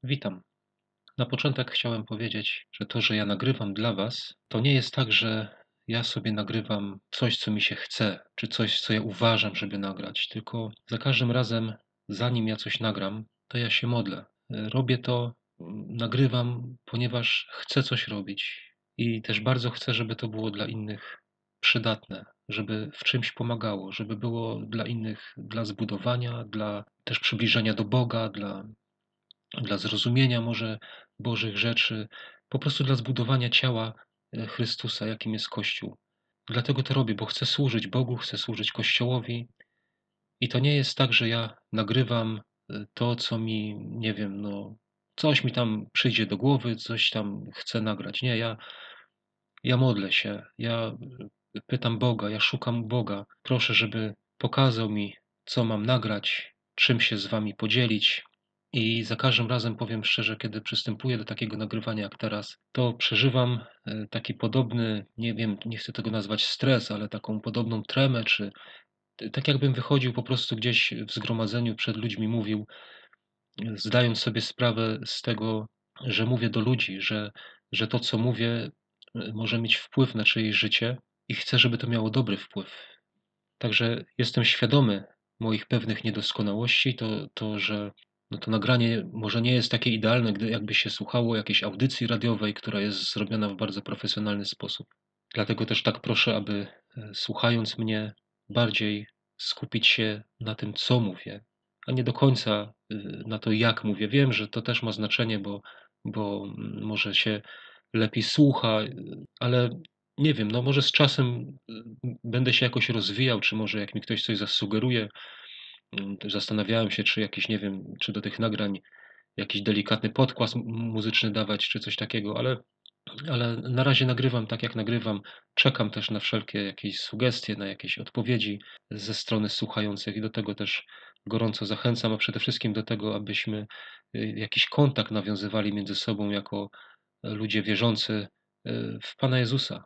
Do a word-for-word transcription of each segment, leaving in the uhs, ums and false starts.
Witam. Na początek chciałem powiedzieć, że to, że ja nagrywam dla Was, to nie jest tak, że ja sobie nagrywam coś, co mi się chce, czy coś, co ja uważam, żeby nagrać, tylko za każdym razem, zanim ja coś nagram, to ja się modlę. Robię to, nagrywam, ponieważ chcę coś robić i też bardzo chcę, żeby to było dla innych przydatne, żeby w czymś pomagało, żeby było dla innych, dla zbudowania, dla też przybliżenia do Boga, dla dla zrozumienia może Bożych rzeczy, po prostu dla zbudowania ciała e, Chrystusa, jakim jest Kościół. Dlatego to robię, bo chcę służyć Bogu, chcę służyć Kościołowi i to nie jest tak, że ja nagrywam e, to, co mi, nie wiem, no, coś mi tam przyjdzie do głowy, coś tam chcę nagrać. Nie, ja, ja modlę się, ja e, pytam Boga, ja szukam Boga. Proszę, żeby pokazał mi, co mam nagrać, czym się z wami podzielić, i za każdym razem, powiem szczerze, kiedy przystępuję do takiego nagrywania jak teraz, to przeżywam e, taki podobny, nie wiem, nie chcę tego nazwać stres, ale taką podobną tremę, czy t- tak jakbym wychodził po prostu gdzieś w zgromadzeniu przed ludźmi, mówił, e, zdając sobie sprawę z tego, że mówię do ludzi, że, że to, co mówię, e, może mieć wpływ na czyjeś życie i chcę, żeby to miało dobry wpływ. Także jestem świadomy moich pewnych niedoskonałości, to, to że no to nagranie może nie jest takie idealne, gdy jakby się słuchało jakiejś audycji radiowej, która jest zrobiona w bardzo profesjonalny sposób. Dlatego też tak proszę, aby e, słuchając mnie, bardziej skupić się na tym, co mówię, a nie do końca y, na to, jak mówię. Wiem, że to też ma znaczenie, bo, bo mm, może się lepiej słucha, y, ale nie wiem, no może z czasem y, będę się jakoś rozwijał, czy może jak mi ktoś coś zasugeruje, mm, też zastanawiałem się, czy jakiś, nie wiem, czy do tych nagrań jakiś delikatny podkład m- muzyczny dawać, czy coś takiego, ale ale na razie nagrywam tak, jak nagrywam. Czekam też na wszelkie jakieś sugestie, na jakieś odpowiedzi ze strony słuchających i do tego też gorąco zachęcam, a przede wszystkim do tego, abyśmy y, jakiś kontakt nawiązywali między sobą jako e, ludzie wierzący y, w Pana Jezusa.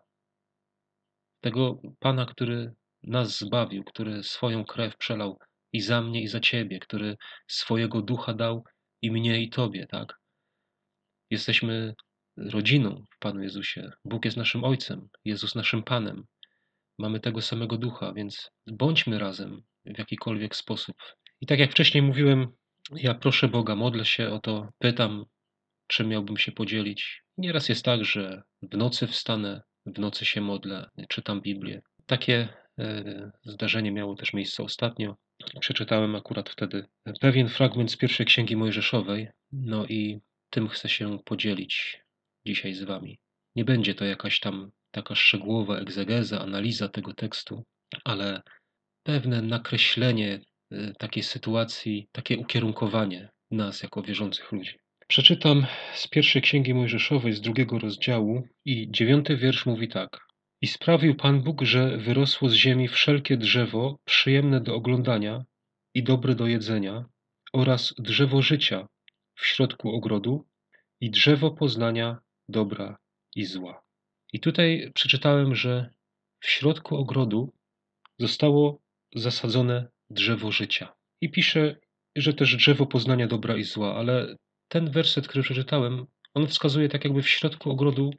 Tego Pana, który nas zbawił, który swoją krew przelał i za mnie, i za Ciebie, który swojego ducha dał i mnie, i Tobie, tak? Jesteśmy rodziną w Panu Jezusie. Bóg jest naszym Ojcem, Jezus naszym Panem. Mamy tego samego ducha, więc bądźmy razem w jakikolwiek sposób. I tak jak wcześniej mówiłem, ja proszę Boga, modlę się o to, pytam, czym miałbym się podzielić. Nieraz jest tak, że w nocy wstanę, w nocy się modlę, czytam Biblię. Takie e, zdarzenie miało też miejsce ostatnio. Przeczytałem akurat wtedy pewien fragment z pierwszej księgi Mojżeszowej, no i tym chcę się podzielić dzisiaj z wami. Nie będzie to jakaś tam taka szczegółowa egzegeza, analiza tego tekstu, ale pewne nakreślenie y, takiej sytuacji, takie ukierunkowanie nas jako wierzących ludzi. Przeczytam z pierwszej księgi Mojżeszowej, z drugiego rozdziału i dziewiąty wiersz mówi tak. I sprawił Pan Bóg, że wyrosło z ziemi wszelkie drzewo przyjemne do oglądania i dobre do jedzenia oraz drzewo życia w środku ogrodu i drzewo poznania dobra i zła. I tutaj przeczytałem, że w środku ogrodu zostało zasadzone drzewo życia. I pisze, że też drzewo poznania dobra i zła, ale ten werset, który przeczytałem, on wskazuje tak jakby w środku ogrodu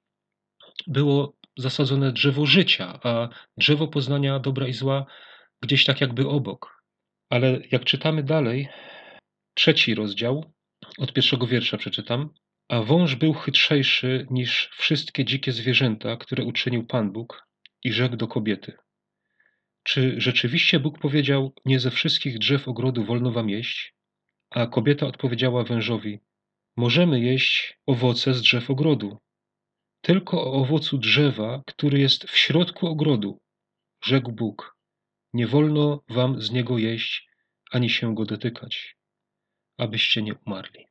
było zasadzone drzewo życia, a drzewo poznania dobra i zła gdzieś tak jakby obok. Ale jak czytamy dalej, trzeci rozdział, od pierwszego wiersza przeczytam. A wąż był chytrzejszy niż wszystkie dzikie zwierzęta, które uczynił Pan Bóg, i rzekł do kobiety: Czy rzeczywiście Bóg powiedział: Nie ze wszystkich drzew ogrodu wolno wam jeść? A kobieta odpowiedziała wężowi: Możemy jeść owoce z drzew ogrodu, tylko o owocu drzewa, który jest w środku ogrodu, rzekł Bóg: Nie wolno wam z niego jeść, ani się go dotykać, abyście nie umarli.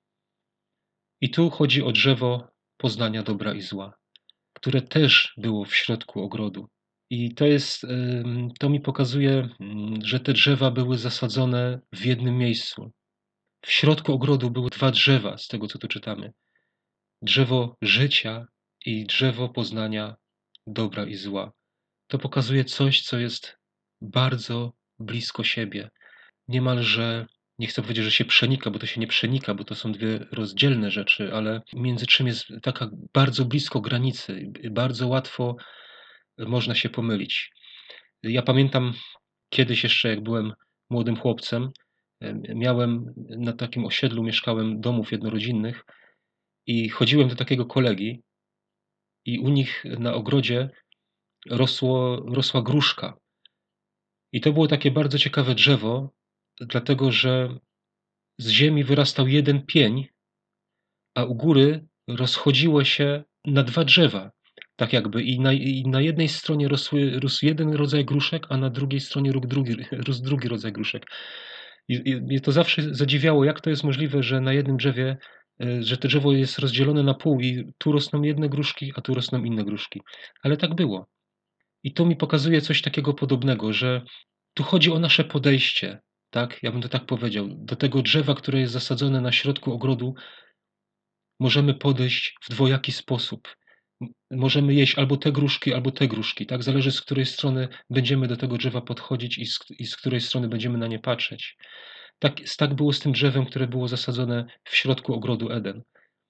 I tu chodzi o drzewo poznania dobra i zła, które też było w środku ogrodu. I to jest, to mi pokazuje, mm, że te drzewa były zasadzone w jednym miejscu. W środku ogrodu były dwa drzewa, z tego co tu czytamy. Drzewo życia i drzewo poznania dobra i zła. To pokazuje coś, co jest bardzo blisko siebie, niemalże nie chcę powiedzieć, że się przenika, bo to się nie przenika, bo to są dwie rozdzielne rzeczy, ale między czym jest taka bardzo blisko granicy, bardzo łatwo można się pomylić. Ja pamiętam kiedyś jeszcze, jak byłem młodym chłopcem, miałem na takim osiedlu, mieszkałem domów jednorodzinnych i chodziłem do takiego kolegi i u nich na ogrodzie rosło, rosła gruszka. I to było takie bardzo ciekawe drzewo, dlatego że z ziemi wyrastał jeden pień, a u góry rozchodziło się na dwa drzewa. Tak jakby i na, i na jednej stronie rosły, rósł jeden rodzaj gruszek, a na drugiej stronie rósł drugi, rósł drugi rodzaj gruszek. I, i mnie to zawsze zadziwiało, jak to jest możliwe, że na jednym drzewie, że to drzewo jest rozdzielone na pół i tu rosną jedne gruszki, a tu rosną inne gruszki. Ale tak było. I to mi pokazuje coś takiego podobnego, że tu chodzi o nasze podejście, tak? Ja bym to tak powiedział. Do tego drzewa, które jest zasadzone na środku ogrodu, możemy podejść w dwojaki sposób. Możemy jeść albo te gruszki, albo te gruszki, tak? Zależy, z której strony będziemy do tego drzewa podchodzić i z, i z której strony będziemy na nie patrzeć. Tak, tak było z tym drzewem, które było zasadzone w środku ogrodu Eden.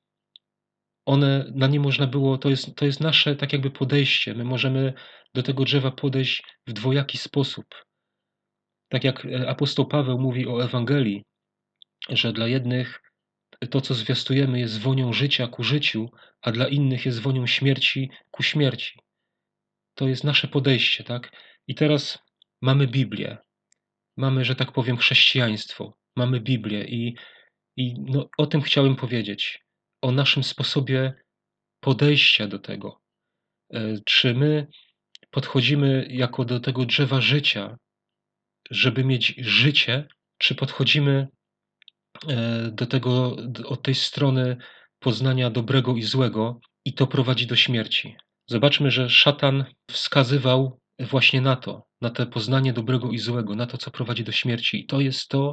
One, na nie można było, to jest, to jest nasze tak jakby podejście. My możemy do tego drzewa podejść w dwojaki sposób. Tak jak apostoł Paweł mówi o Ewangelii, że dla jednych to, co zwiastujemy, jest wonią życia ku życiu, a dla innych jest wonią śmierci ku śmierci. To jest nasze podejście, tak? I teraz mamy Biblię, mamy, że tak powiem, chrześcijaństwo, mamy Biblię i, i no, o tym chciałem powiedzieć, o naszym sposobie podejścia do tego. Czy my podchodzimy jako do tego drzewa życia, żeby mieć życie, czy podchodzimy do tego, od tej strony poznania dobrego i złego i to prowadzi do śmierci. Zobaczmy, że szatan wskazywał właśnie na to, na to poznanie dobrego i złego, na to, co prowadzi do śmierci. I to jest to,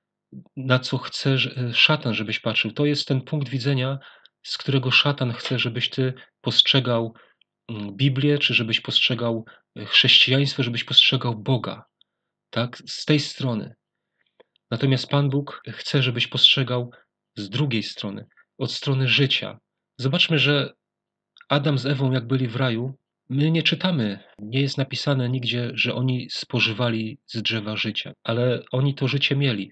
na co chce szatan, żebyś patrzył. To jest ten punkt widzenia, z którego szatan chce, żebyś ty postrzegał Biblię, czy żebyś postrzegał chrześcijaństwo, żebyś postrzegał Boga. Tak? Z tej strony. Natomiast Pan Bóg chce, żebyś postrzegał z drugiej strony, od strony życia. Zobaczmy, że Adam z Ewą, jak byli w raju, my nie czytamy, nie jest napisane nigdzie, że oni spożywali z drzewa życia, ale oni to życie mieli.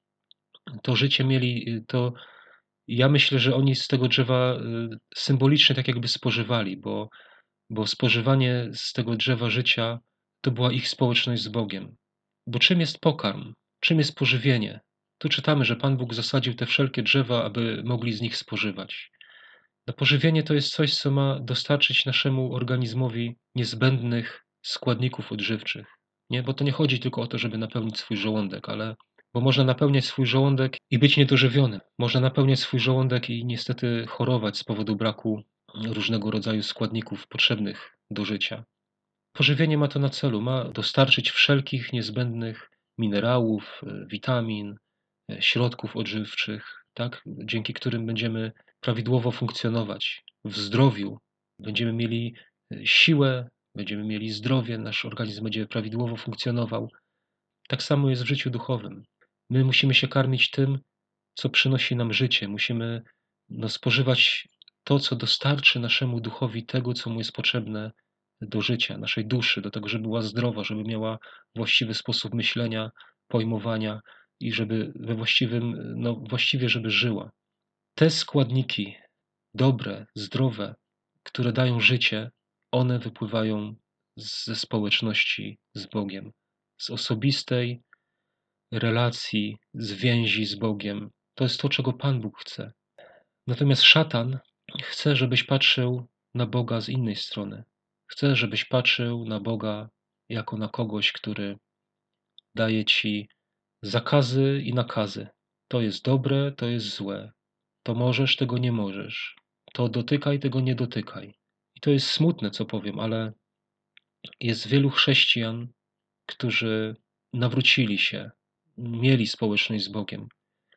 To życie mieli, to ja myślę, że oni z tego drzewa symbolicznie tak jakby spożywali, bo, bo spożywanie z tego drzewa życia to była ich społeczność z Bogiem. Bo czym jest pokarm? Czym jest pożywienie? Tu czytamy, że Pan Bóg zasadził te wszelkie drzewa, aby mogli z nich spożywać. No pożywienie to jest coś, co ma dostarczyć naszemu organizmowi niezbędnych składników odżywczych. Nie? Bo to nie chodzi tylko o to, żeby napełnić swój żołądek, ale bo można napełniać swój żołądek i być niedożywionym. Można napełniać swój żołądek i niestety chorować z powodu braku różnego rodzaju składników potrzebnych do życia. Pożywienie ma to na celu, ma dostarczyć wszelkich niezbędnych minerałów, witamin, środków odżywczych, tak, dzięki którym będziemy prawidłowo funkcjonować w zdrowiu, będziemy mieli siłę, będziemy mieli zdrowie, nasz organizm będzie prawidłowo funkcjonował. Tak samo jest w życiu duchowym. My musimy się karmić tym, co przynosi nam życie. Musimy no, spożywać to, co dostarczy naszemu duchowi tego, co mu jest potrzebne do życia, naszej duszy, do tego, żeby była zdrowa, żeby miała właściwy sposób myślenia, pojmowania i żeby we właściwym, no właściwie, żeby żyła. Te składniki dobre, zdrowe, które dają życie, one wypływają ze społeczności z Bogiem, z osobistej relacji, z więzi z Bogiem. To jest to, czego Pan Bóg chce. Natomiast szatan chce, żebyś patrzył na Boga z innej strony. Chce, żebyś patrzył na Boga jako na kogoś, który daje ci zakazy i nakazy. To jest dobre, to jest złe. To możesz, tego nie możesz. To dotykaj, tego nie dotykaj. I to jest smutne, co powiem, ale jest wielu chrześcijan, którzy nawrócili się, mieli społeczność z Bogiem,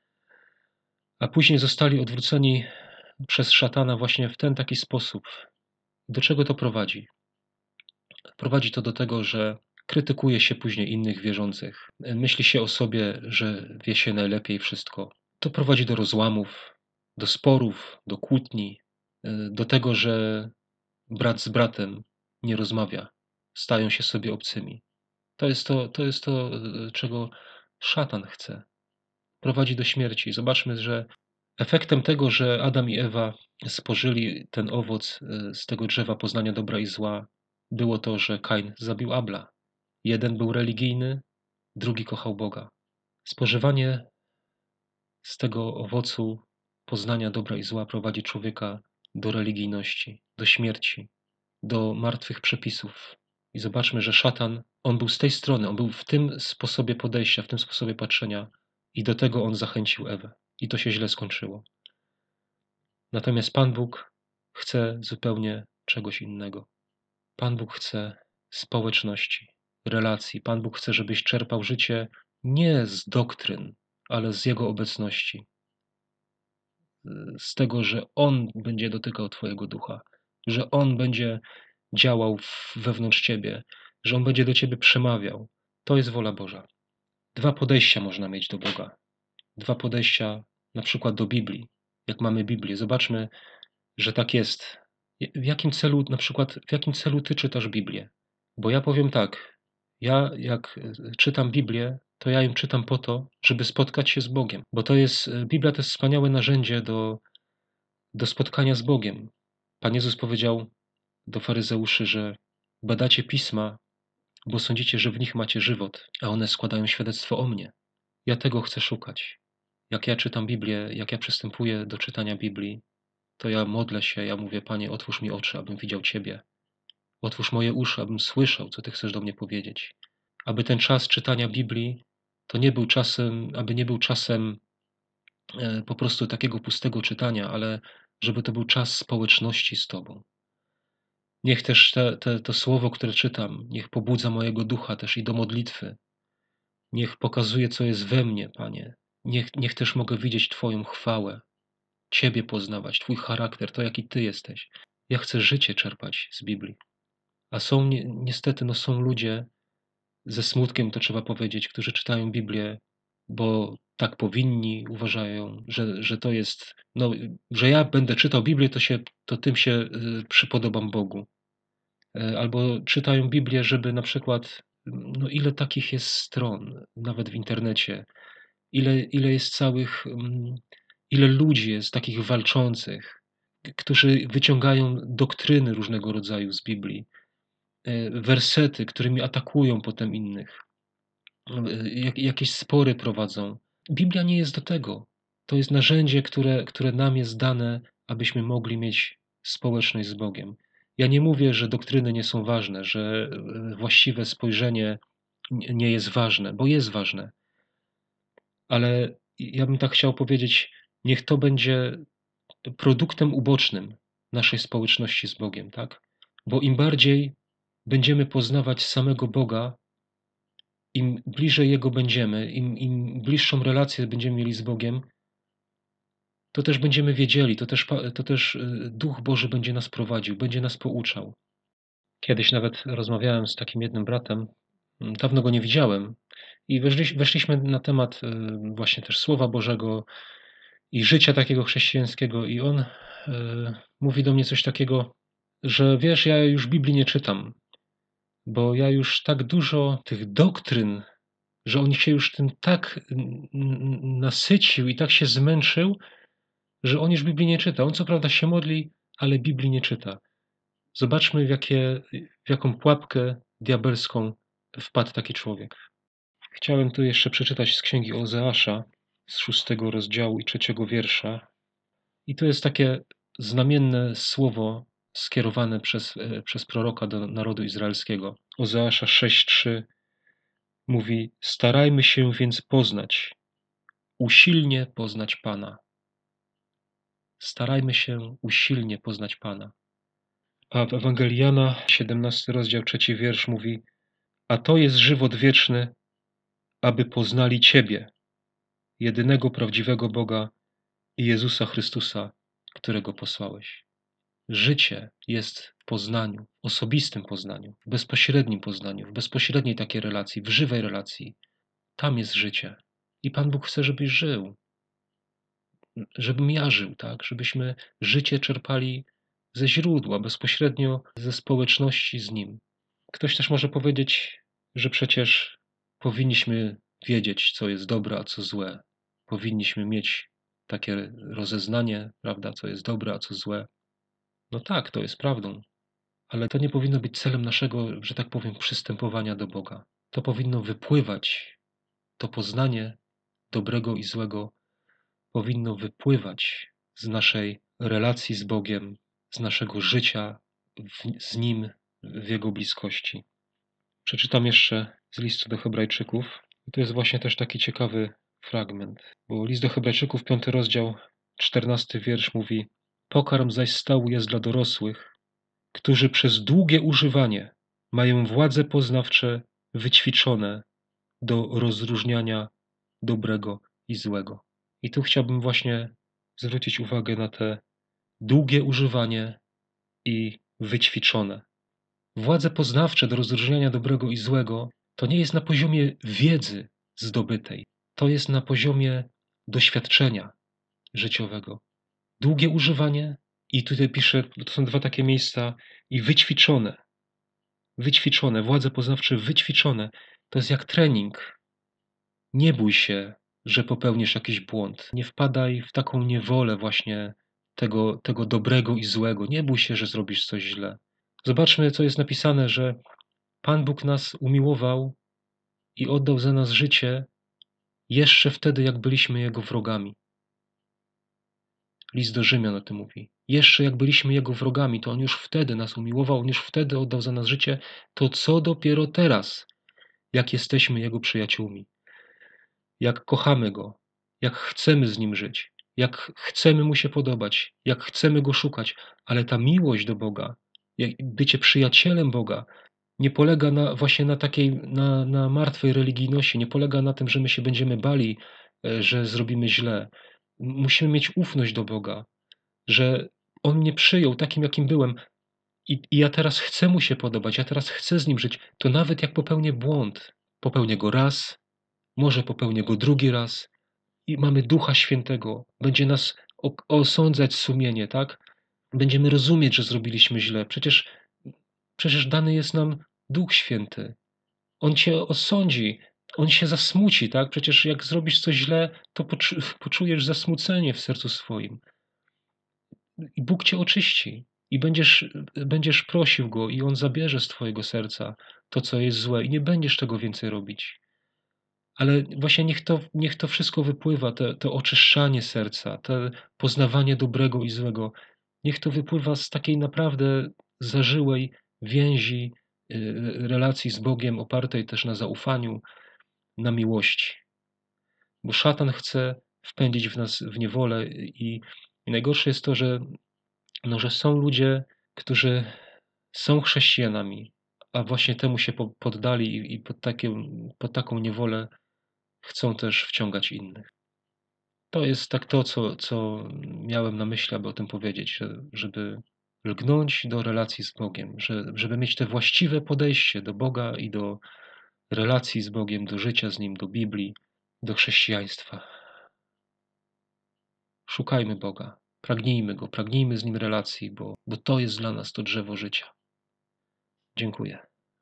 a później zostali odwróceni przez szatana właśnie w ten taki sposób. Do czego to prowadzi? Prowadzi to do tego, że krytykuje się później innych wierzących, myśli się o sobie, że wie się najlepiej wszystko. To prowadzi do rozłamów, do sporów, do kłótni, do tego, że brat z bratem nie rozmawia, stają się sobie obcymi. To jest to, to jest to, czego szatan chce. Prowadzi do śmierci. Zobaczmy, że efektem tego, że Adam i Ewa spożyli ten owoc z tego drzewa poznania dobra i zła, było to, że Kain zabił Abla. Jeden był religijny, drugi kochał Boga. Spożywanie z tego owocu poznania dobra i zła prowadzi człowieka do religijności, do śmierci, do martwych przepisów. I zobaczmy, że szatan, on był z tej strony, on był w tym sposobie podejścia, w tym sposobie patrzenia i do tego on zachęcił Ewę. I to się źle skończyło. Natomiast Pan Bóg chce zupełnie czegoś innego. Pan Bóg chce społeczności, relacji. Pan Bóg chce, żebyś czerpał życie nie z doktryn, ale z Jego obecności. Z tego, że On będzie dotykał Twojego ducha, że On będzie działał wewnątrz Ciebie, że On będzie do Ciebie przemawiał. To jest wola Boża. Dwa podejścia można mieć do Boga. Dwa podejścia na przykład do Biblii. Jak mamy Biblię, zobaczmy, że tak jest. W jakim celu, na przykład, w jakim celu Ty czytasz Biblię? Bo ja powiem tak, ja jak czytam Biblię, to ja ją czytam po to, żeby spotkać się z Bogiem. Bo to jest, Biblia to jest wspaniałe narzędzie do, do spotkania z Bogiem. Pan Jezus powiedział do faryzeuszy, że badacie pisma, bo sądzicie, że w nich macie żywot, a one składają świadectwo o mnie. Ja tego chcę szukać. Jak ja czytam Biblię, jak ja przystępuję do czytania Biblii, to ja modlę się, ja mówię, Panie, otwórz mi oczy, abym widział Ciebie. Otwórz moje uszy, abym słyszał, co Ty chcesz do mnie powiedzieć. Aby ten czas czytania Biblii to nie był czasem, aby nie był czasem e, po prostu takiego pustego czytania, ale żeby to był czas społeczności z Tobą. Niech też te, te, to słowo, które czytam, niech pobudza mojego ducha też i do modlitwy. Niech pokazuje, co jest we mnie, Panie. Niech, niech też mogę widzieć Twoją chwałę, Ciebie poznawać, Twój charakter, to jaki Ty jesteś. Ja chcę życie czerpać z Biblii. A są ni niestety, no są ludzie, ze smutkiem to trzeba powiedzieć, którzy czytają Biblię, bo tak powinni, uważają, że, że to jest, no, że ja będę czytał Biblię, to, się, to tym się y, przypodobam Bogu. Y, albo czytają Biblię, żeby na przykład, no ile takich jest stron, nawet w internecie, ile, ile jest całych, um, ile ludzi jest takich walczących, którzy wyciągają doktryny różnego rodzaju z Biblii, wersety, którymi atakują potem innych, jak, jakieś spory prowadzą. Biblia nie jest do tego. To jest narzędzie, które, które nam jest dane, abyśmy mogli mieć społeczność z Bogiem. Ja nie mówię, że doktryny nie są ważne, że właściwe spojrzenie nie jest ważne, bo jest ważne. Ale ja bym tak chciał powiedzieć, niech to będzie produktem ubocznym naszej społeczności z Bogiem, tak? Bo im bardziej będziemy poznawać samego Boga, im bliżej Jego będziemy, im, im bliższą relację będziemy mieli z Bogiem, to też będziemy wiedzieli, to też, to też Duch Boży będzie nas prowadził, będzie nas pouczał. Kiedyś nawet rozmawiałem z takim jednym bratem, dawno go nie widziałem i weszli, weszliśmy na temat właśnie też Słowa Bożego i życia takiego chrześcijańskiego i on y, mówi do mnie coś takiego, że wiesz, ja już Biblii nie czytam, bo ja już tak dużo tych doktryn, że on się już tym tak nasycił i tak się zmęczył, że on już Biblii nie czyta. On co prawda się modli, ale Biblii nie czyta. Zobaczmy, w, jakie, w jaką pułapkę diabelską wpadł taki człowiek. Chciałem tu jeszcze przeczytać z księgi Ozeasza, z szóstego rozdziału i trzeciego wiersza. I to jest takie znamienne słowo skierowane przez, przez proroka do narodu izraelskiego. Ozeasza sześć trzy mówi: starajmy się więc poznać, usilnie poznać Pana. Starajmy się usilnie poznać Pana. A w Ewangelii Jana, siedemnasty rozdział, trzeci wiersz mówi: a to jest żywot wieczny, aby poznali Ciebie, jedynego prawdziwego Boga i Jezusa Chrystusa, którego posłałeś. życie jest w poznaniu, osobistym poznaniu, w bezpośrednim poznaniu, w bezpośredniej takiej relacji, w żywej relacji. Tam jest życie. I Pan Bóg chce, żebyś żył. Żebym ja żył, tak? Żebyśmy życie czerpali ze źródła, bezpośrednio ze społeczności z Nim. Ktoś też może powiedzieć, że przecież powinniśmy wiedzieć, co jest dobre, a co złe. Powinniśmy mieć takie rozeznanie, prawda, co jest dobre, a co złe. No tak, to jest prawdą, ale to nie powinno być celem naszego, że tak powiem, przystępowania do Boga. To powinno wypływać, to poznanie dobrego i złego powinno wypływać z naszej relacji z Bogiem, z naszego życia w, z Nim, w Jego bliskości. Przeczytam jeszcze z listu do Hebrajczyków. To jest właśnie też taki ciekawy fragment, bo list do Hebrajczyków, piąty rozdział, czternasty wiersz mówi: Pokarm zaś stały jest dla dorosłych, którzy przez długie używanie mają władze poznawcze wyćwiczone do rozróżniania dobrego i złego. I tu chciałbym właśnie zwrócić uwagę na te długie używanie i wyćwiczone. Władze poznawcze do rozróżniania dobrego i złego to nie jest na poziomie wiedzy zdobytej, to jest na poziomie doświadczenia życiowego. Długie używanie i tutaj piszę, to są dwa takie miejsca, i wyćwiczone. Wyćwiczone, władze poznawcze wyćwiczone, to jest jak trening. Nie bój się, że popełnisz jakiś błąd. Nie wpadaj w taką niewolę właśnie tego, tego dobrego i złego. Nie bój się, że zrobisz coś źle. Zobaczmy, co jest napisane, że Pan Bóg nas umiłował i oddał za nas życie jeszcze wtedy, jak byliśmy Jego wrogami. List do Rzymian o tym mówi. Jeszcze jak byliśmy Jego wrogami, to On już wtedy nas umiłował, On już wtedy oddał za nas życie. To co dopiero teraz, jak jesteśmy Jego przyjaciółmi. Jak kochamy Go, jak chcemy z Nim żyć, jak chcemy Mu się podobać, jak chcemy Go szukać, ale ta miłość do Boga, bycie przyjacielem Boga, nie polega na, właśnie na takiej, na, na martwej religijności, nie polega na tym, że my się będziemy bali, że zrobimy źle. Musimy mieć ufność do Boga, że On mnie przyjął takim, jakim byłem i, i ja teraz chcę Mu się podobać, ja teraz chcę z Nim żyć, to nawet jak popełnię błąd, popełnię go raz, może popełnię go drugi raz i mamy Ducha Świętego, będzie nas osądzać sumienie, tak? Będziemy rozumieć, że zrobiliśmy źle. Przecież, przecież dany jest nam Duch Święty. On cię osądzi, on się zasmuci, tak? Przecież jak zrobisz coś źle, to poczujesz zasmucenie w sercu swoim. I Bóg cię oczyści. I będziesz, będziesz prosił Go i On zabierze z twojego serca to, co jest złe i nie będziesz tego więcej robić. Ale właśnie niech to, niech to wszystko wypływa, to, to oczyszczanie serca, to poznawanie dobrego i złego, niech to wypływa z takiej naprawdę zażyłej więzi, relacji z Bogiem, opartej też na zaufaniu, na miłości. Bo szatan chce wpędzić w nas w niewolę i, i najgorsze jest to, że, no, że są ludzie, którzy są chrześcijanami, a właśnie temu się poddali i, i pod, takie, pod taką niewolę chcą też wciągać innych. To jest tak to, co, co miałem na myśli, aby o tym powiedzieć, że, żeby lgnąć do relacji z Bogiem, że, żeby mieć te właściwe podejście do Boga i do relacji z Bogiem, do życia z Nim, do Biblii, do chrześcijaństwa. Szukajmy Boga, pragnijmy Go, pragnijmy z Nim relacji, bo, bo to jest dla nas to drzewo życia. Dziękuję.